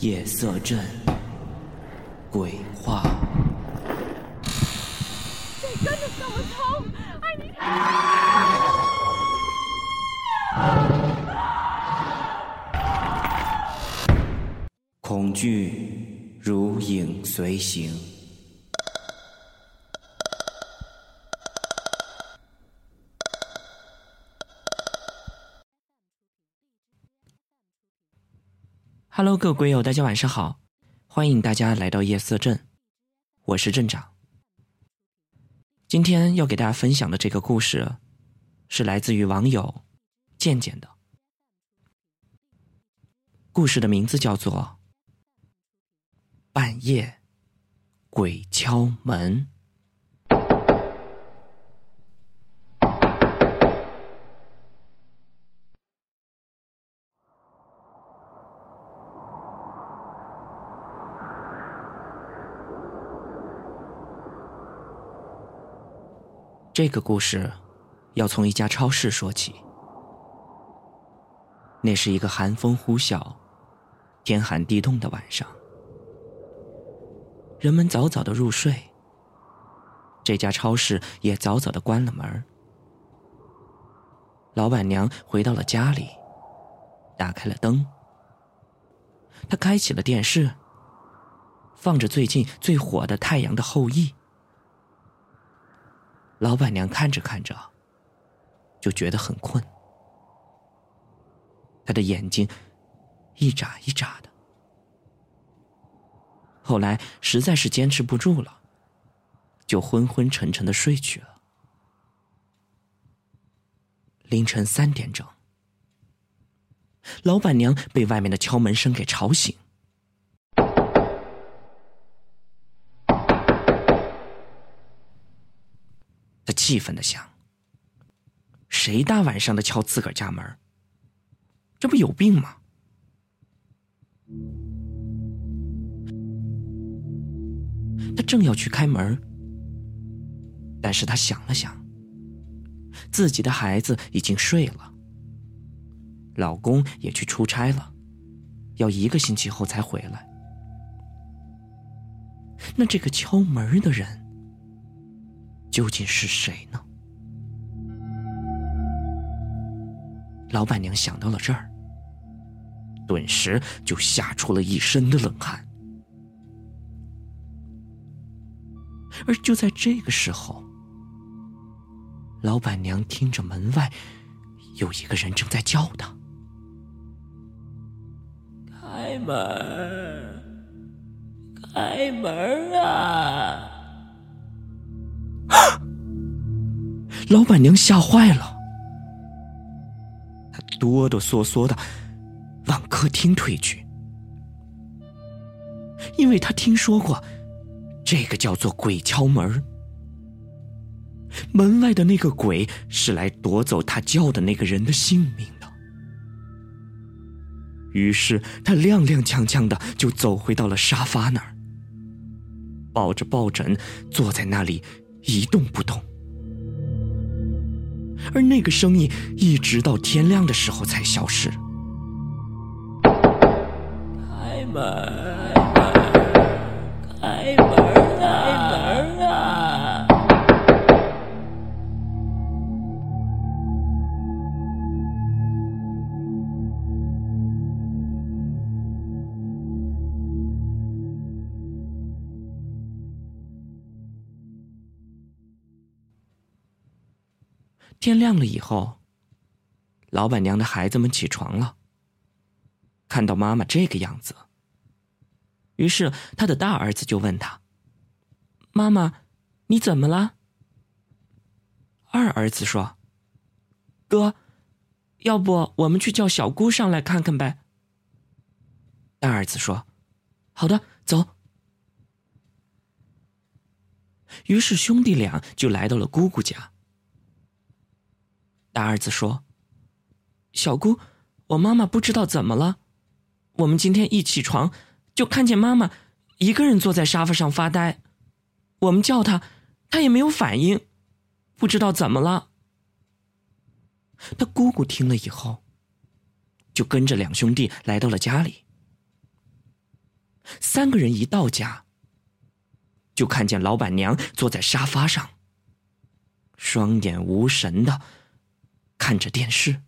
夜色镇鬼话。 谁跟着这么冲？ 恐惧如影随形。Hello， 各位鬼友，大家晚上好，欢迎大家来到夜色镇，我是镇长。今天要给大家分享的这个故事，是来自于网友渐渐的。故事的名字叫做《半夜鬼敲门》。这个故事要从一家超市说起。那是一个寒风呼啸、天寒地冻的晚上，人们早早的入睡，这家超市也早早的关了门。老板娘回到了家里，打开了灯，她开启了电视，放着最近最火的《太阳的后裔》。老板娘看着看着就觉得很困，她的眼睛一眨一眨的。后来实在是坚持不住了，就昏昏沉沉的睡去了。凌晨3点整，老板娘被外面的敲门声给吵醒。他气愤地想，谁大晚上的敲自个儿家门，这不有病吗？他正要去开门，但是他想了想，自己的孩子已经睡了，老公也去出差了，要1个星期后才回来。那这个敲门的人究竟是谁呢？老板娘想到了这儿，顿时就吓出了一身的冷汗。而就在这个时候，老板娘听着门外有一个人正在叫她：“开门，开门啊！”老板娘吓坏了，她哆哆嗦嗦的往客厅退去，因为她听说过这个叫做鬼敲门，门外的那个鬼是来夺走她叫的那个人的性命的。于是她踉踉跄跄的就走回到了沙发那儿，抱着抱枕坐在那里一动不动。而那个声音一直到天亮的时候才消失。开门，开门啊！天亮了以后，老板娘的孩子们起床了，看到妈妈这个样子，于是他的大儿子就问他：“妈妈，你怎么了？”二儿子说：“哥，要不我们去叫小姑上来看看呗。”大儿子说：“好的，走。”于是兄弟俩就来到了姑姑家。大儿子说：“小姑，我妈妈不知道怎么了，我们今天一起床就看见妈妈一个人坐在沙发上发呆，我们叫她，她也没有反应，不知道怎么了。”他姑姑听了以后，就跟着两兄弟来到了家里。 3个人一到家，就看见老板娘坐在沙发上，双眼无神地看着电视。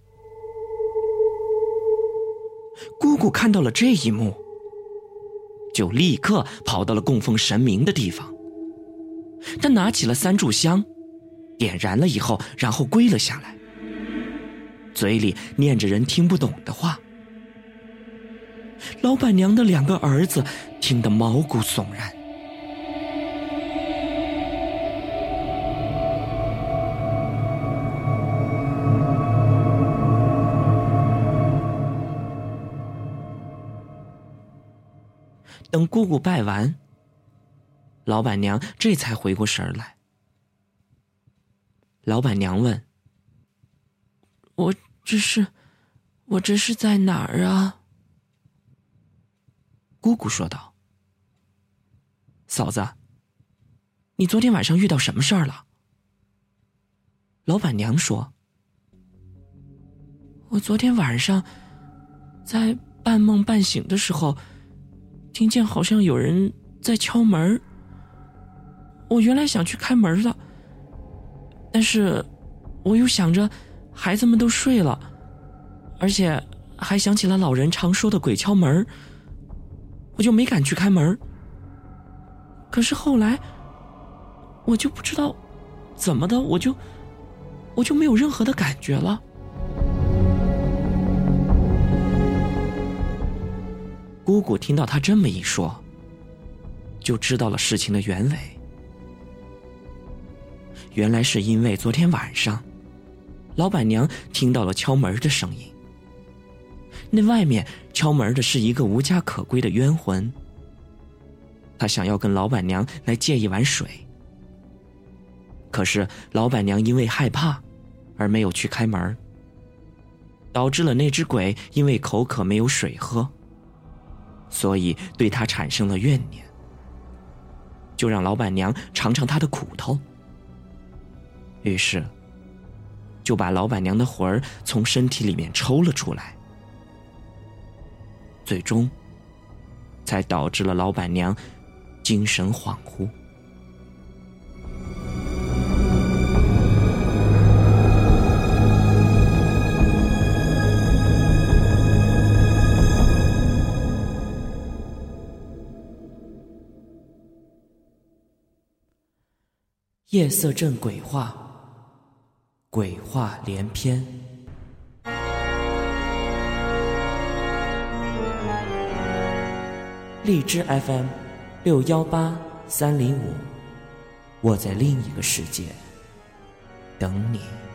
姑姑看到了这一幕，就立刻跑到了供奉神明的地方。她拿起了3炷香，点燃了以后，然后跪了下来，嘴里念着人听不懂的话。老板娘的2个儿子听得毛骨悚然。等姑姑拜完，老板娘这才回过神来。老板娘问：“我这是在哪儿啊？”姑姑说道：“嫂子，你昨天晚上遇到什么事儿了？”老板娘说：“我昨天晚上在半梦半醒的时候，听见好像有人在敲门。我原来想去开门的，但是我又想着孩子们都睡了，而且还想起了老人常说的鬼敲门，我就没敢去开门。可是后来我就不知道怎么的，我就没有任何的感觉了。”姑姑听到他这么一说，就知道了事情的原委。原来是因为昨天晚上，老板娘听到了敲门的声音。那外面敲门的是一个无家可归的冤魂，他想要跟老板娘来借一碗水。可是老板娘因为害怕而没有去开门，导致了那只鬼因为口渴没有水喝，所以对他产生了怨念，就让老板娘尝尝他的苦头。于是就把老板娘的魂儿从身体里面抽了出来，最终才导致了老板娘精神恍惚。夜色镇鬼话，鬼话连篇。荔枝 FM618-305，我在另一个世界等你。